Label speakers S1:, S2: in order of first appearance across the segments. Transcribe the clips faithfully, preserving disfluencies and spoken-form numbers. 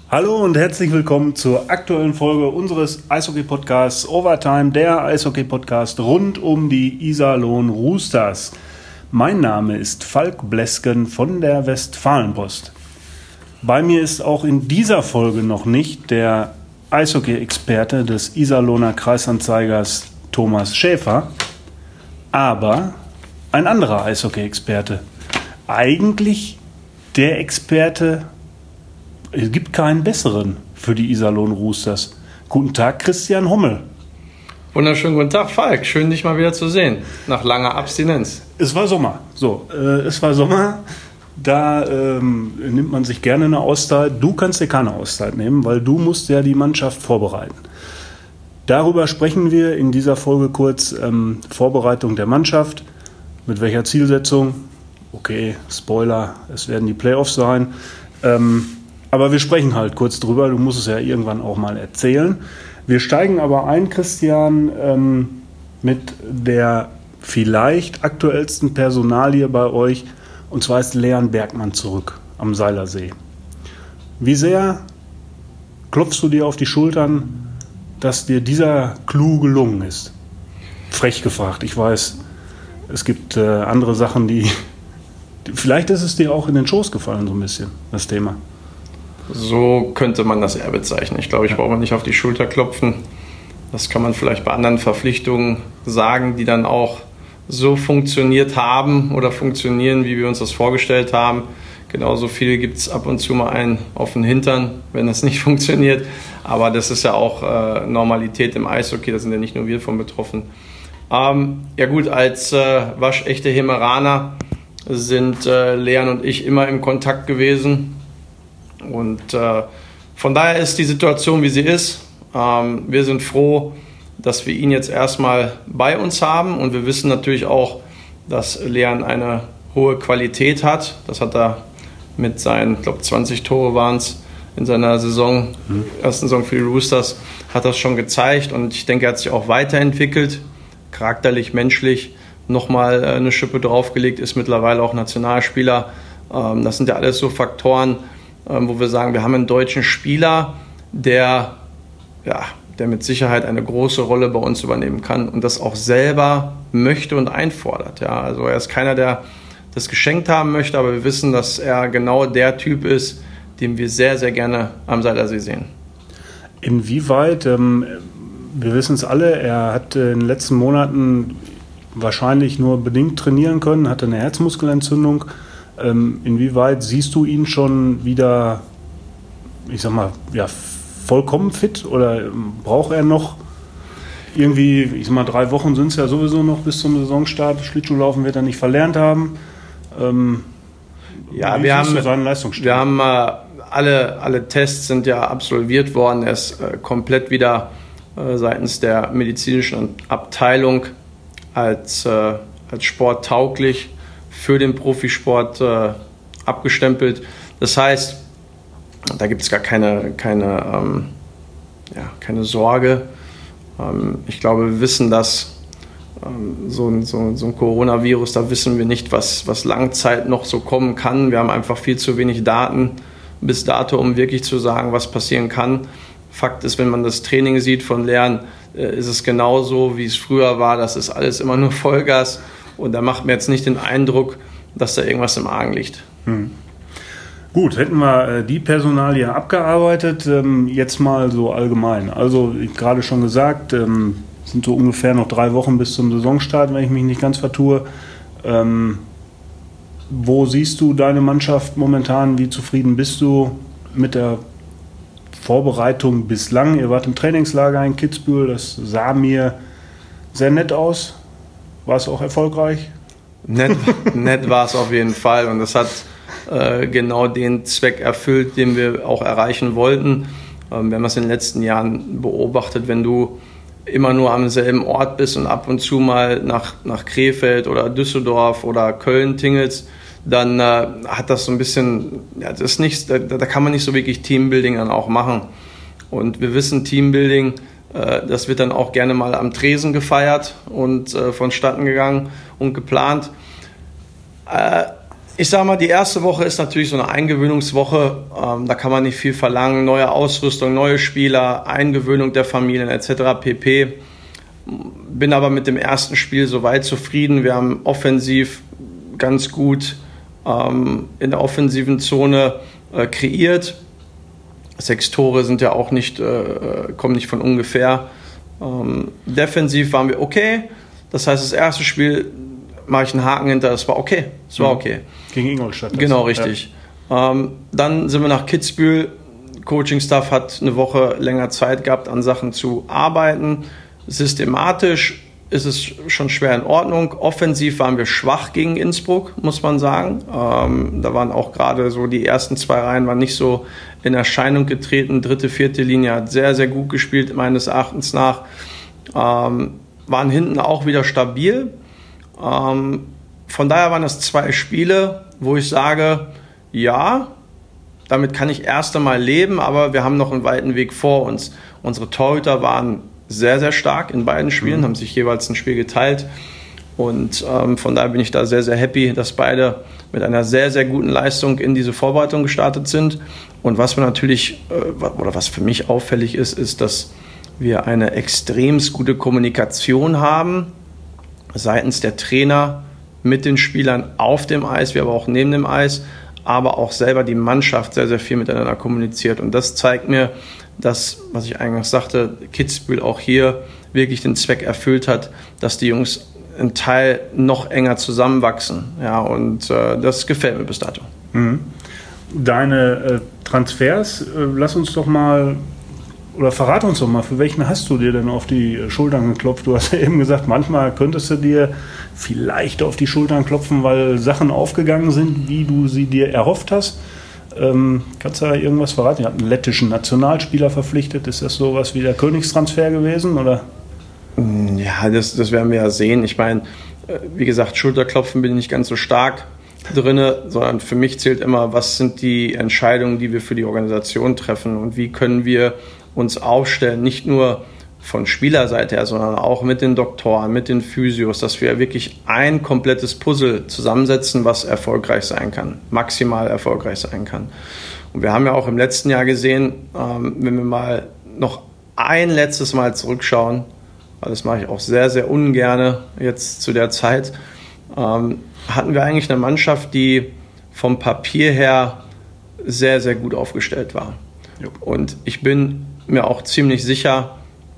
S1: Hallo und herzlich willkommen zur aktuellen Folge unseres Eishockey-Podcasts Overtime, der Eishockey-Podcast rund um die Iserlohn Roosters. Mein Name ist Falk Blesken von der Westfalenpost. Bei mir ist auch in dieser Folge noch nicht der Eishockey-Experte des Iserlohner Kreisanzeigers Thomas Schäfer, aber ein anderer Eishockey-Experte. Eigentlich der Experte. Es gibt keinen besseren für die Iserlohn Roosters. Guten Tag, Christian Hommel.
S2: Wunderschönen guten Tag, Falk. Schön, dich mal wieder zu sehen, nach langer Abstinenz.
S1: Es war Sommer. So, äh, es war Sommer. Da ähm, nimmt man sich gerne eine Auszeit. Du kannst dir keine Auszeit nehmen, weil du musst ja die Mannschaft vorbereiten. Darüber sprechen wir in dieser Folge kurz. Ähm, Vorbereitung der Mannschaft. Mit welcher Zielsetzung? Okay, Spoiler, es werden die Playoffs sein. Ähm, Aber wir sprechen halt kurz drüber, du musst es ja irgendwann auch mal erzählen. Wir steigen aber ein, Christian, ähm, mit der vielleicht aktuellsten Personalie bei euch, und zwar ist Leon Bergmann zurück am Seilersee. Wie sehr klopfst du dir auf die Schultern, dass dir dieser Clou gelungen ist? Frech gefragt, ich weiß, es gibt äh, andere Sachen, die... Vielleicht ist es dir auch in den Schoß gefallen, so ein bisschen, das Thema.
S2: So könnte man das eher bezeichnen. Ich glaube, ich brauche nicht auf die Schulter klopfen. Das kann man vielleicht bei anderen Verpflichtungen sagen, die dann auch so funktioniert haben oder funktionieren, wie wir uns das vorgestellt haben. Genauso viel gibt es ab und zu mal einen auf den Hintern, wenn das nicht funktioniert. Aber das ist ja auch äh, Normalität im Eishockey, da sind ja nicht nur wir von betroffen. Ähm, ja gut, als äh, waschechte Hemeraner sind äh, Leon und ich immer im Kontakt gewesen. Und äh, von daher ist die Situation, wie sie ist. Ähm, wir sind froh, dass wir ihn jetzt erstmal bei uns haben. Und wir wissen natürlich auch, dass Leon eine hohe Qualität hat. Das hat er mit seinen, ich glaube, zwanzig Tore waren es in seiner Saison, mhm. ersten Saison für die Roosters, hat das schon gezeigt. Und ich denke, er hat sich auch weiterentwickelt, charakterlich, menschlich, nochmal eine Schippe draufgelegt, ist mittlerweile auch Nationalspieler. Ähm, das sind ja alles so Faktoren, wo wir sagen, wir haben einen deutschen Spieler, der, ja, der mit Sicherheit eine große Rolle bei uns übernehmen kann und das auch selber möchte und einfordert. Ja, also er ist keiner, der das geschenkt haben möchte, aber wir wissen, dass er genau der Typ ist, den wir sehr, sehr gerne am Seilersee sehen.
S1: Inwieweit, ähm, wir wissen es alle, er hat in den letzten Monaten wahrscheinlich nur bedingt trainieren können, hatte eine Herzmuskelentzündung. Inwieweit siehst du ihn schon wieder, ich sag mal, ja, vollkommen fit oder braucht er noch irgendwie, ich sag mal, drei Wochen sind es ja sowieso noch bis zum Saisonstart, Schlittschuhlaufen wird er nicht verlernt haben. Ähm,
S2: ja, wir haben, wir haben äh, alle, alle Tests sind ja absolviert worden, er ist äh, komplett wieder äh, seitens der medizinischen Abteilung als, äh, als sporttauglich für den Profisport äh, abgestempelt. Das heißt, da gibt es gar keine, keine, ähm, ja, keine Sorge. Ähm, ich glaube, wir wissen, dass ähm, so, ein, so, so ein Coronavirus, da wissen wir nicht, was, was Langzeit noch so kommen kann. Wir haben einfach viel zu wenig Daten bis dato, um wirklich zu sagen, was passieren kann. Fakt ist, wenn man das Training sieht von Leon, äh, ist es genauso, wie es früher war. Das ist alles immer nur Vollgas. Und da macht mir jetzt nicht den Eindruck, dass da irgendwas im Argen liegt.
S1: Hm. Gut, hätten wir äh, die Personalie abgearbeitet, ähm, jetzt mal so allgemein. Also, ich gerade schon gesagt, ähm, sind so ungefähr noch drei Wochen bis zum Saisonstart, wenn ich mich nicht ganz vertue. Ähm, wo siehst du deine Mannschaft momentan? Wie zufrieden bist du mit der Vorbereitung bislang? Ihr wart im Trainingslager in Kitzbühel, das sah mir sehr nett aus. War es auch erfolgreich?
S2: Nett, nett war es auf jeden Fall und das hat äh, genau den Zweck erfüllt, den wir auch erreichen wollten. Ähm, wir haben das in den letzten Jahren beobachtet, wenn du immer nur am selben Ort bist und ab und zu mal nach, nach Krefeld oder Düsseldorf oder Köln tingelst, dann äh, hat das so ein bisschen, ja, das ist nicht, da, da kann man nicht so wirklich Teambuilding dann auch machen. Und wir wissen, Teambuilding, äh, das wird dann auch gerne mal am Tresen gefeiert und äh, vonstatten gegangen und geplant. Äh, Ich sage mal, die erste Woche ist natürlich so eine Eingewöhnungswoche. Ähm, da kann man nicht viel verlangen. Neue Ausrüstung, neue Spieler, Eingewöhnung der Familien et cetera pp. Bin aber mit dem ersten Spiel soweit zufrieden. Wir haben offensiv ganz gut ähm, in der offensiven Zone äh, kreiert. Sechs Tore sind ja auch nicht, äh, kommen nicht von ungefähr. Ähm, defensiv waren wir okay. Das heißt, das erste Spiel mache ich einen Haken hinter. Das war okay. Das war okay.
S1: Gegen Ingolstadt.
S2: Genau, richtig. Ja. Ähm, dann sind wir nach Kitzbühel. Coaching-Staff hat eine Woche länger Zeit gehabt, an Sachen zu arbeiten. Systematisch ist es schon schwer in Ordnung. Offensiv waren wir schwach gegen Innsbruck, muss man sagen. Ähm, da waren auch gerade so die ersten zwei Reihen waren nicht so in Erscheinung getreten. Dritte, vierte Linie hat sehr, sehr gut gespielt, meines Erachtens nach. Ähm, waren hinten auch wieder stabil. Ähm, von daher waren das zwei Spiele, wo ich sage, ja, damit kann ich erst einmal leben, aber wir haben noch einen weiten Weg vor uns. Unsere Torhüter waren sehr, sehr stark in beiden Spielen, mhm. haben sich jeweils ein Spiel geteilt. Und ähm, von daher bin ich da sehr, sehr happy, dass beide mit einer sehr, sehr guten Leistung in diese Vorbereitung gestartet sind. Und was wir natürlich, äh, oder was für mich auffällig ist, ist, dass wir eine extrem gute Kommunikation haben seitens der Trainer mit den Spielern auf dem Eis, wie aber auch neben dem Eis, aber auch selber die Mannschaft sehr, sehr viel miteinander kommuniziert. Und das zeigt mir, dass, was ich eingangs sagte, Kitzbühel auch hier wirklich den Zweck erfüllt hat, dass die Jungs einen Teil noch enger zusammenwachsen. Ja, und äh, das gefällt mir bis dato.
S1: Mhm. Deine äh, Transfers, äh, lass uns doch mal, oder verrate uns doch mal, für welchen hast du dir denn auf die Schultern geklopft? Du hast ja eben gesagt, manchmal könntest du dir vielleicht auf die Schultern klopfen, weil Sachen aufgegangen sind, wie du sie dir erhofft hast. Ähm, kannst du da irgendwas verraten? Ihr habt einen lettischen Nationalspieler verpflichtet. Ist das sowas wie der Königstransfer gewesen, oder?
S2: Ja, das, das werden wir ja sehen. Ich meine, wie gesagt, Schulterklopfen bin ich nicht ganz so stark drinne, sondern für mich zählt immer, was sind die Entscheidungen, die wir für die Organisation treffen und wie können wir uns aufstellen, nicht nur von Spielerseite her, sondern auch mit den Doktoren, mit den Physios, dass wir wirklich ein komplettes Puzzle zusammensetzen, was erfolgreich sein kann, maximal erfolgreich sein kann. Und wir haben ja auch im letzten Jahr gesehen, ähm, wenn wir mal noch ein letztes Mal zurückschauen, weil das mache ich auch sehr, sehr ungerne jetzt zu der Zeit, ähm, hatten wir eigentlich eine Mannschaft, die vom Papier her sehr, sehr gut aufgestellt war. Jo. Und ich bin mir auch ziemlich sicher,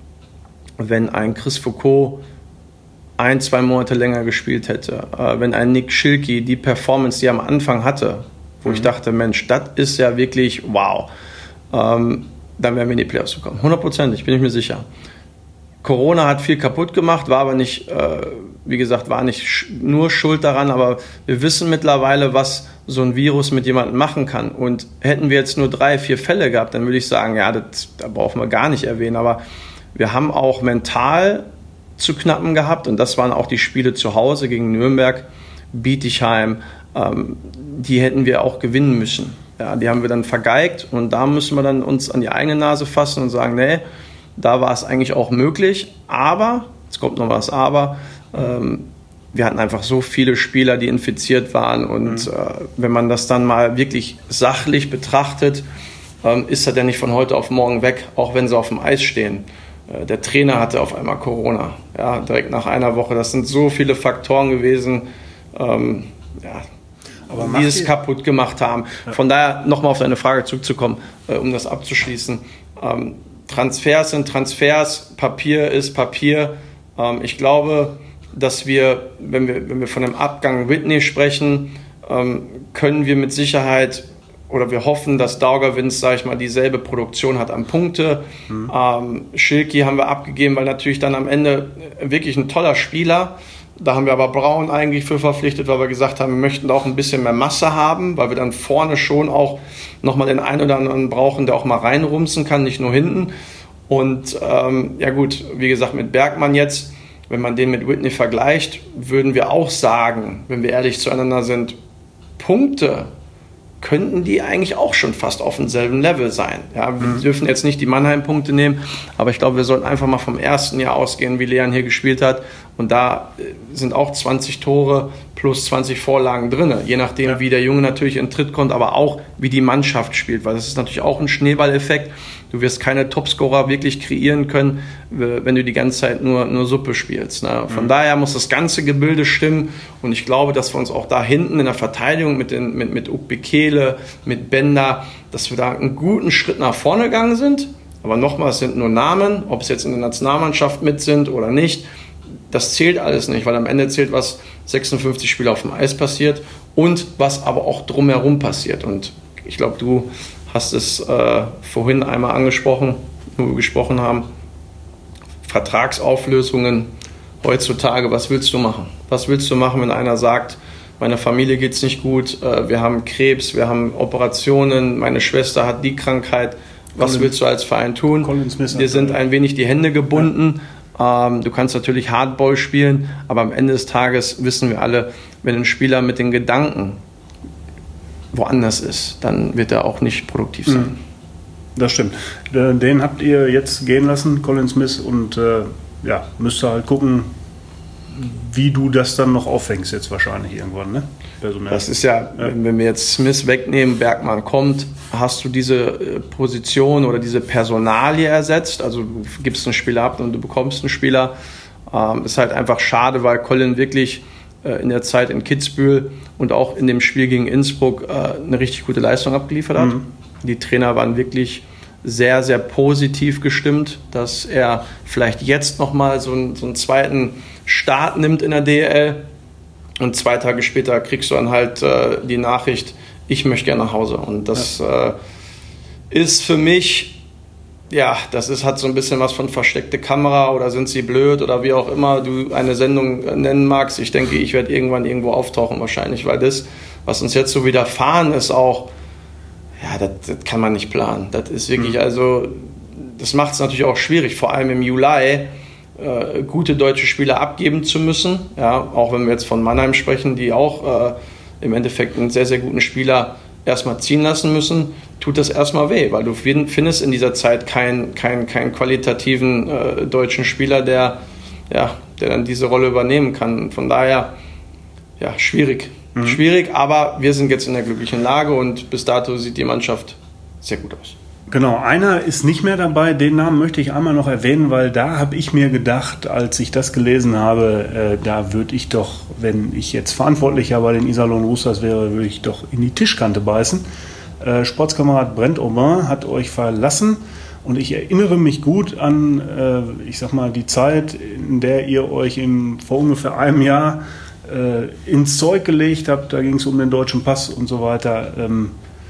S2: wenn ein Chris Foucault ein, zwei Monate länger gespielt hätte, äh, wenn ein Nick Schilke die Performance, die er am Anfang hatte, wo mhm. ich dachte, Mensch, das ist ja wirklich wow, ähm, dann wären wir in die Playoffs gekommen. hundertprozentig, bin ich mir sicher. Corona hat viel kaputt gemacht, war aber nicht, äh, wie gesagt, war nicht sch- nur schuld daran, aber wir wissen mittlerweile, was so ein Virus mit jemandem machen kann. Und hätten wir jetzt nur drei, vier Fälle gehabt, dann würde ich sagen, ja, das, da brauchen wir gar nicht erwähnen. Aber wir haben auch mental zu knappen gehabt und das waren auch die Spiele zu Hause gegen Nürnberg, Bietigheim, ähm, die hätten wir auch gewinnen müssen. Ja, die haben wir dann vergeigt und da müssen wir dann uns an die eigene Nase fassen und sagen, nee, da war es eigentlich auch möglich, aber, jetzt kommt noch was aber, ähm, wir hatten einfach so viele Spieler, die infiziert waren und mhm. äh, wenn man das dann mal wirklich sachlich betrachtet, ähm, ist das ja nicht von heute auf morgen weg, auch wenn sie auf dem Eis stehen. Äh, der Trainer hatte auf einmal Corona, ja, direkt nach einer Woche. Das sind so viele Faktoren gewesen, ähm, ja, aber die es kaputt gemacht haben. Ja. Von daher nochmal auf deine Frage zurückzukommen, äh, um das abzuschließen. Ähm, Transfers sind Transfers, Papier ist Papier. Ähm, ich glaube, dass wir, wenn wir, wenn wir von dem Abgang Whitney sprechen, ähm, können wir mit Sicherheit oder wir hoffen, dass Daugavins, sage ich mal, dieselbe Produktion hat an Punkte. Mhm. Ähm, Schilke haben wir abgegeben, weil natürlich dann am Ende wirklich ein toller Spieler. Da haben wir aber Braun eigentlich für verpflichtet, weil wir gesagt haben, wir möchten auch ein bisschen mehr Masse haben, weil wir dann vorne schon auch nochmal den einen oder anderen brauchen, der auch mal reinrumsen kann, nicht nur hinten. Und ähm, ja gut, wie gesagt, mit Bergmann jetzt, wenn man den mit Whitney vergleicht, würden wir auch sagen, wenn wir ehrlich zueinander sind, Punkte könnten die eigentlich auch schon fast auf demselben Level sein. Ja, wir mhm. dürfen jetzt nicht die Mannheim-Punkte nehmen, aber ich glaube, wir sollten einfach mal vom ersten Jahr ausgehen, wie Leon hier gespielt hat. Und da sind auch zwanzig Tore plus zwanzig Vorlagen drin, je nachdem, ja. wie der Junge natürlich in Tritt kommt, aber auch, wie die Mannschaft spielt, weil das ist natürlich auch ein Schneeballeffekt. Du wirst keine Topscorer wirklich kreieren können, wenn du die ganze Zeit nur, nur Suppe spielst. Ne? Von mhm. daher muss das ganze Gebilde stimmen und ich glaube, dass wir uns auch da hinten in der Verteidigung mit, den, mit, mit Ukbekele, mit Bender, dass wir da einen guten Schritt nach vorne gegangen sind. Aber nochmal, es sind nur Namen, ob es jetzt in der Nationalmannschaft mit sind oder nicht, das zählt alles nicht, weil am Ende zählt, was sechsundfünfzig Spiele auf dem Eis passiert und was aber auch drumherum passiert. Und ich glaube, du hast es äh, vorhin einmal angesprochen, wo wir gesprochen haben, Vertragsauflösungen heutzutage, was willst du machen? Was willst du machen, wenn einer sagt, meiner Familie geht es nicht gut, äh, wir haben Krebs, wir haben Operationen, meine Schwester hat die Krankheit, was Colin, willst du als Verein tun? Dir sind ein wenig die Hände gebunden. Ja. Ähm, du kannst natürlich Hardball spielen, aber am Ende des Tages wissen wir alle, wenn ein Spieler mit den Gedanken woanders ist, dann wird er auch nicht produktiv sein.
S1: Das stimmt. Den habt ihr jetzt gehen lassen, Colin Smith, und äh, ja, müsst ihr halt gucken, wie du das dann noch auffängst jetzt wahrscheinlich irgendwann, ne?
S2: Personell. Das ist ja, ja, wenn wir jetzt Smith wegnehmen, Bergmann kommt, hast du diese Position oder diese Personalie ersetzt, also du gibst einen Spieler ab und du bekommst einen Spieler. Ähm, ist halt einfach schade, weil Colin wirklich äh, in der Zeit in Kitzbühel und auch in dem Spiel gegen Innsbruck äh, eine richtig gute Leistung abgeliefert hat. Mhm. Die Trainer waren wirklich sehr, sehr positiv gestimmt, dass er vielleicht jetzt nochmal so einen, so einen zweiten Start nimmt in der D E L und zwei Tage später kriegst du dann halt äh, die Nachricht, ich möchte gerne nach Hause. Und das ja. äh, ist für mich, ja, das ist, hat so ein bisschen was von versteckte Kamera oder sind sie blöd oder wie auch immer du eine Sendung nennen magst. Ich denke, ich werde irgendwann irgendwo auftauchen wahrscheinlich, weil das, was uns jetzt so widerfahren ist, auch, ja, das, das kann man nicht planen. Das ist wirklich, mhm. also, das macht es natürlich auch schwierig, vor allem im Juli, äh, gute deutsche Spieler abgeben zu müssen. Ja, auch wenn wir jetzt von Mannheim sprechen, die auch äh, im Endeffekt einen sehr, sehr guten Spieler erstmal ziehen lassen müssen, tut das erstmal weh, weil du findest in dieser Zeit keinen kein, kein qualitativen äh, deutschen Spieler, der, ja, der dann diese Rolle übernehmen kann. Von daher, ja, schwierig. Mhm. Schwierig, aber wir sind jetzt in der glücklichen Lage und bis dato sieht die Mannschaft sehr gut aus.
S1: Genau, einer ist nicht mehr dabei, den Namen möchte ich einmal noch erwähnen, weil da habe ich mir gedacht, als ich das gelesen habe, äh, da würde ich doch, wenn ich jetzt Verantwortlicher bei den Iserlohn Roosters wäre, würde ich doch in die Tischkante beißen. Äh, Sportskamerad Brent Aubin hat euch verlassen und ich erinnere mich gut an, äh, ich sag mal, die Zeit, in der ihr euch im, vor ungefähr einem Jahr äh, ins Zeug gelegt habt, da ging es um den deutschen Pass und so weiter. Ähm,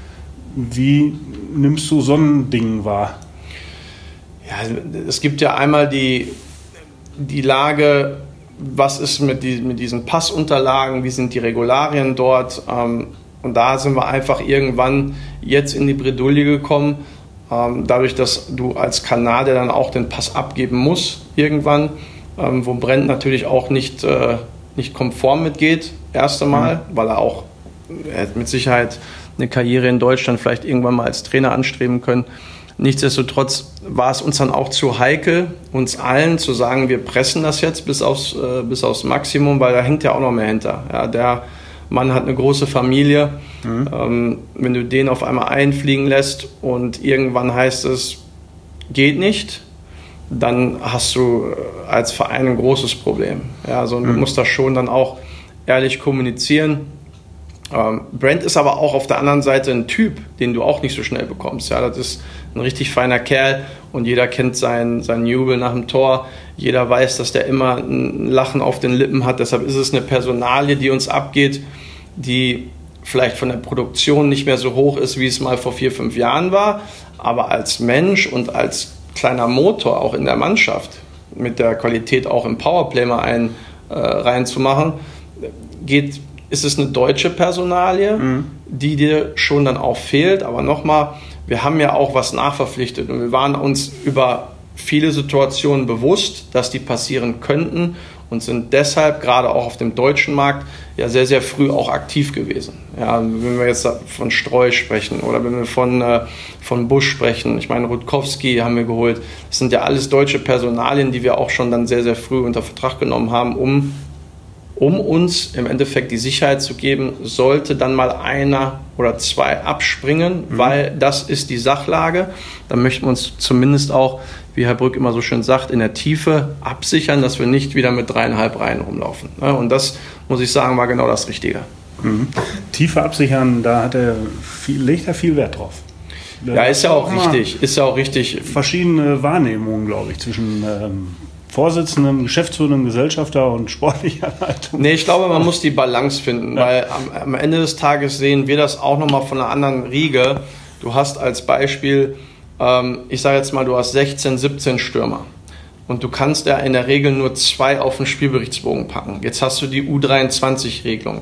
S1: Wie nimmst du so ein Ding wahr?
S2: Ja, es gibt ja einmal die, die Lage, was ist mit, die, mit diesen Passunterlagen, wie sind die Regularien dort? Ähm, und da sind wir einfach irgendwann jetzt in die Bredouille gekommen, ähm, dadurch, dass du als Kanadier dann auch den Pass abgeben musst irgendwann, ähm, wo Brent natürlich auch nicht, äh, nicht konform mitgeht, erst einmal, mhm. weil er auch er hat mit Sicherheit eine Karriere in Deutschland vielleicht irgendwann mal als Trainer anstreben können. Nichtsdestotrotz war es uns dann auch zu heikel, uns allen zu sagen, wir pressen das jetzt bis aufs, äh, bis aufs Maximum, weil da hängt ja auch noch mehr hinter. Ja, der Mann hat eine große Familie. Mhm. Ähm, wenn du den auf einmal einfliegen lässt und irgendwann heißt es, geht nicht, dann hast du als Verein ein großes Problem. Ja, also mhm. du musst das schon dann auch ehrlich kommunizieren. Ähm, Brent ist aber auch auf der anderen Seite ein Typ, den du auch nicht so schnell bekommst. Ja, das ist ein richtig feiner Kerl und jeder kennt seinen, seinen Jubel nach dem Tor. Jeder weiß, dass der immer ein Lachen auf den Lippen hat. Deshalb ist es eine Personalie, die uns abgeht, die vielleicht von der Produktion nicht mehr so hoch ist, wie es mal vor vier, fünf Jahren war. Aber als Mensch und als kleiner Motor auch in der Mannschaft, mit der Qualität auch im Powerplay mal einen äh, reinzumachen, geht ist es eine deutsche Personalie, mhm. die dir schon dann auch fehlt. Aber nochmal, wir haben ja auch was nachverpflichtet und wir waren uns über viele Situationen bewusst, dass die passieren könnten und sind deshalb gerade auch auf dem deutschen Markt ja sehr, sehr früh auch aktiv gewesen. Ja, wenn wir jetzt von Streu sprechen oder wenn wir von, äh, von Busch sprechen, ich meine, Rutkowski haben wir geholt. Das sind ja alles deutsche Personalien, die wir auch schon dann sehr, sehr früh unter Vertrag genommen haben, um um uns im Endeffekt die Sicherheit zu geben, sollte dann mal einer oder zwei abspringen, mhm. weil das ist die Sachlage. Dann möchten wir uns zumindest auch, wie Herr Brück immer so schön sagt, in der Tiefe absichern, dass wir nicht wieder mit dreieinhalb Reihen rumlaufen. Und das, muss ich sagen, war genau das Richtige.
S1: Mhm. Tiefe absichern, da hat er viel, legt er viel Wert drauf. Da
S2: ja, ist ja auch richtig. Ist ja auch richtig.
S1: Verschiedene Wahrnehmungen, glaube ich, zwischen ähm, Vorsitzendem, Geschäftsführendem, Gesellschafter und sportlicher Leitung.
S2: Nee, ich glaube, man muss die Balance finden, ja. weil am, am Ende des Tages sehen wir das auch nochmal von einer anderen Riege. Du hast als Beispiel, ähm, ich sage jetzt mal, du hast sechzehn, siebzehn Stürmer. Und du kannst ja in der Regel nur zwei auf den Spielberichtsbogen packen. Jetzt hast du die U dreiundzwanzig-Regelung.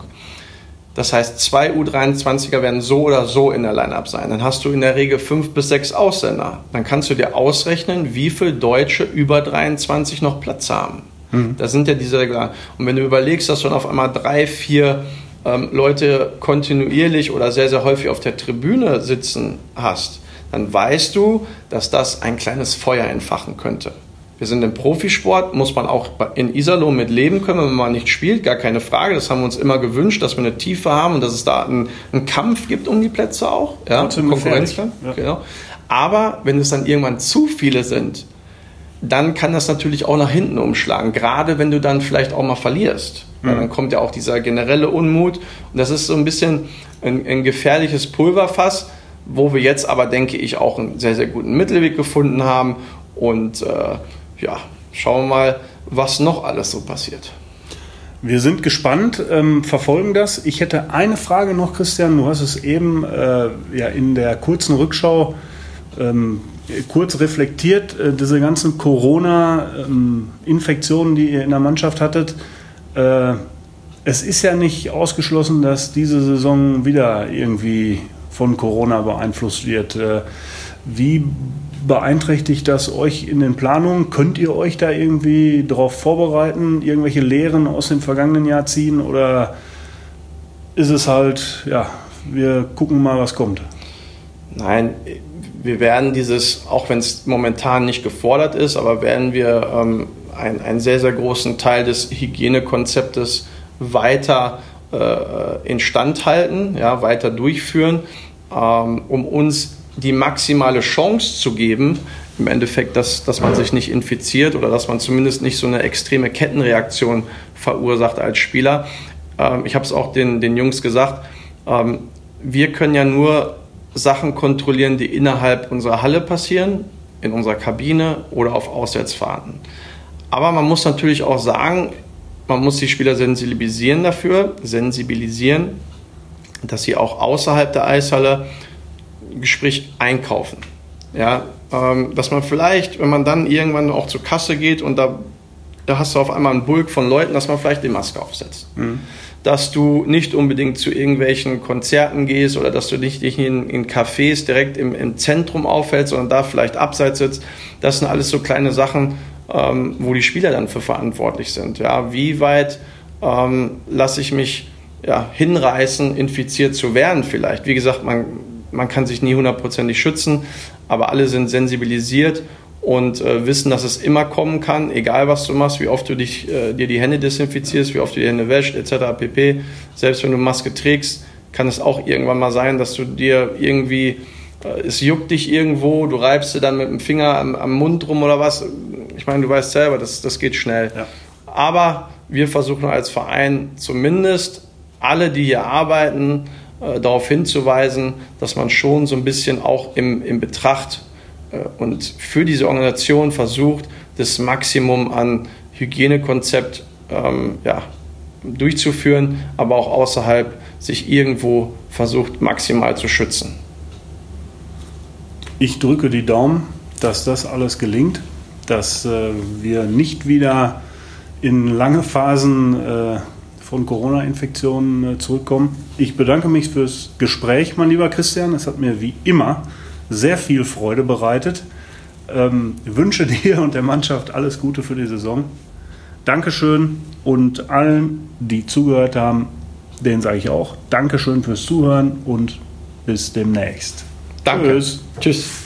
S2: Das heißt, zwei U dreiundzwanziger werden so oder so in der Line-Up sein. Dann hast du in der Regel fünf bis sechs Ausländer. Dann kannst du dir ausrechnen, wie viele Deutsche über dreiundzwanzig noch Platz haben. Mhm. Das sind ja diese Regeln. Und wenn du überlegst, dass du dann auf einmal drei, vier ähm, Leute kontinuierlich oder sehr, sehr häufig auf der Tribüne sitzen hast, dann weißt du, dass das ein kleines Feuer entfachen könnte. Wir sind im Profisport, muss man auch in Iserlohn mit leben können, wenn man nicht spielt, gar keine Frage. Das haben wir uns immer gewünscht, dass wir eine Tiefe haben und dass es da einen, einen Kampf gibt um die Plätze auch. Ja, Konkurrenzkampf. Ja. Genau. Aber wenn es dann irgendwann zu viele sind, dann kann das natürlich auch nach hinten umschlagen. Gerade wenn du dann vielleicht auch mal verlierst. Mhm. Ja, dann kommt ja auch dieser generelle Unmut. Und das ist so ein bisschen ein, ein gefährliches Pulverfass, wo wir jetzt aber, denke ich, auch einen sehr, sehr guten Mittelweg gefunden haben. Und äh, ja, schauen wir mal, was noch alles so passiert.
S1: Wir sind gespannt, ähm, verfolgen das. Ich hätte eine Frage noch, Christian. Du hast es eben äh, ja, in der kurzen Rückschau ähm, kurz reflektiert. Äh, diese ganzen Corona-Infektionen, ähm, die ihr in der Mannschaft hattet. Äh, es ist ja nicht ausgeschlossen, dass diese Saison wieder irgendwie von Corona beeinflusst wird. Äh, wie beeinträchtigt das euch in den Planungen? Könnt ihr euch da irgendwie darauf vorbereiten, irgendwelche Lehren aus dem vergangenen Jahr ziehen, oder ist es halt, ja, wir gucken mal, was kommt?
S2: Nein, wir werden dieses, auch wenn es momentan nicht gefordert ist, aber werden wir ähm, ein, einen sehr, sehr großen Teil des Hygienekonzeptes weiter äh, instand halten, ja, weiter durchführen, ähm, um uns die maximale Chance zu geben, im Endeffekt, dass, dass man sich nicht infiziert oder dass man zumindest nicht so eine extreme Kettenreaktion verursacht als Spieler. Ähm, ich habe es auch den, den Jungs gesagt, ähm, wir können ja nur Sachen kontrollieren, die innerhalb unserer Halle passieren, in unserer Kabine oder auf Auswärtsfahrten. Aber man muss natürlich auch sagen, man muss die Spieler sensibilisieren dafür, sensibilisieren, dass sie auch außerhalb der Eishalle Gespräch einkaufen. Ja, ähm, dass man vielleicht, wenn man dann irgendwann auch zur Kasse geht und da, da hast du auf einmal einen Bulk von Leuten, dass man vielleicht die Maske aufsetzt. Mhm. Dass du nicht unbedingt zu irgendwelchen Konzerten gehst oder dass du nicht in, in Cafés direkt im, im Zentrum aufhältst, sondern da vielleicht abseits sitzt. Das sind alles so kleine Sachen, ähm, wo die Spieler dann für verantwortlich sind. Ja, wie weit ähm, lasse ich mich ja, hinreißen, infiziert zu werden vielleicht? Wie gesagt, man Man kann sich nie hundertprozentig schützen, aber alle sind sensibilisiert und äh, wissen, dass es immer kommen kann, egal was du machst, wie oft du dich, äh, dir die Hände desinfizierst, wie oft du die Hände wäschst, et cetera pp. Selbst wenn du Maske trägst, kann es auch irgendwann mal sein, dass du dir irgendwie, äh, es juckt dich irgendwo, du reibst dir dann mit dem Finger am, am Mund rum oder was. Ich meine, du weißt selber, das, das geht schnell. Ja. Aber wir versuchen als Verein zumindest alle, die hier arbeiten, darauf hinzuweisen, dass man schon so ein bisschen auch im, im Betracht äh, und für diese Organisation versucht, das Maximum an Hygienekonzept ähm, ja, durchzuführen, aber auch außerhalb sich irgendwo versucht, maximal zu schützen.
S1: Ich drücke die Daumen, dass das alles gelingt, dass äh, wir nicht wieder in lange Phasen äh, von Corona-Infektionen zurückkommen. Ich bedanke mich fürs Gespräch, mein lieber Christian. Es hat mir wie immer sehr viel Freude bereitet. Ähm, wünsche dir und der Mannschaft alles Gute für die Saison. Dankeschön, und allen, die zugehört haben, denen sage ich auch Dankeschön fürs Zuhören und bis demnächst.
S2: Danke. Tschüss. Tschüss.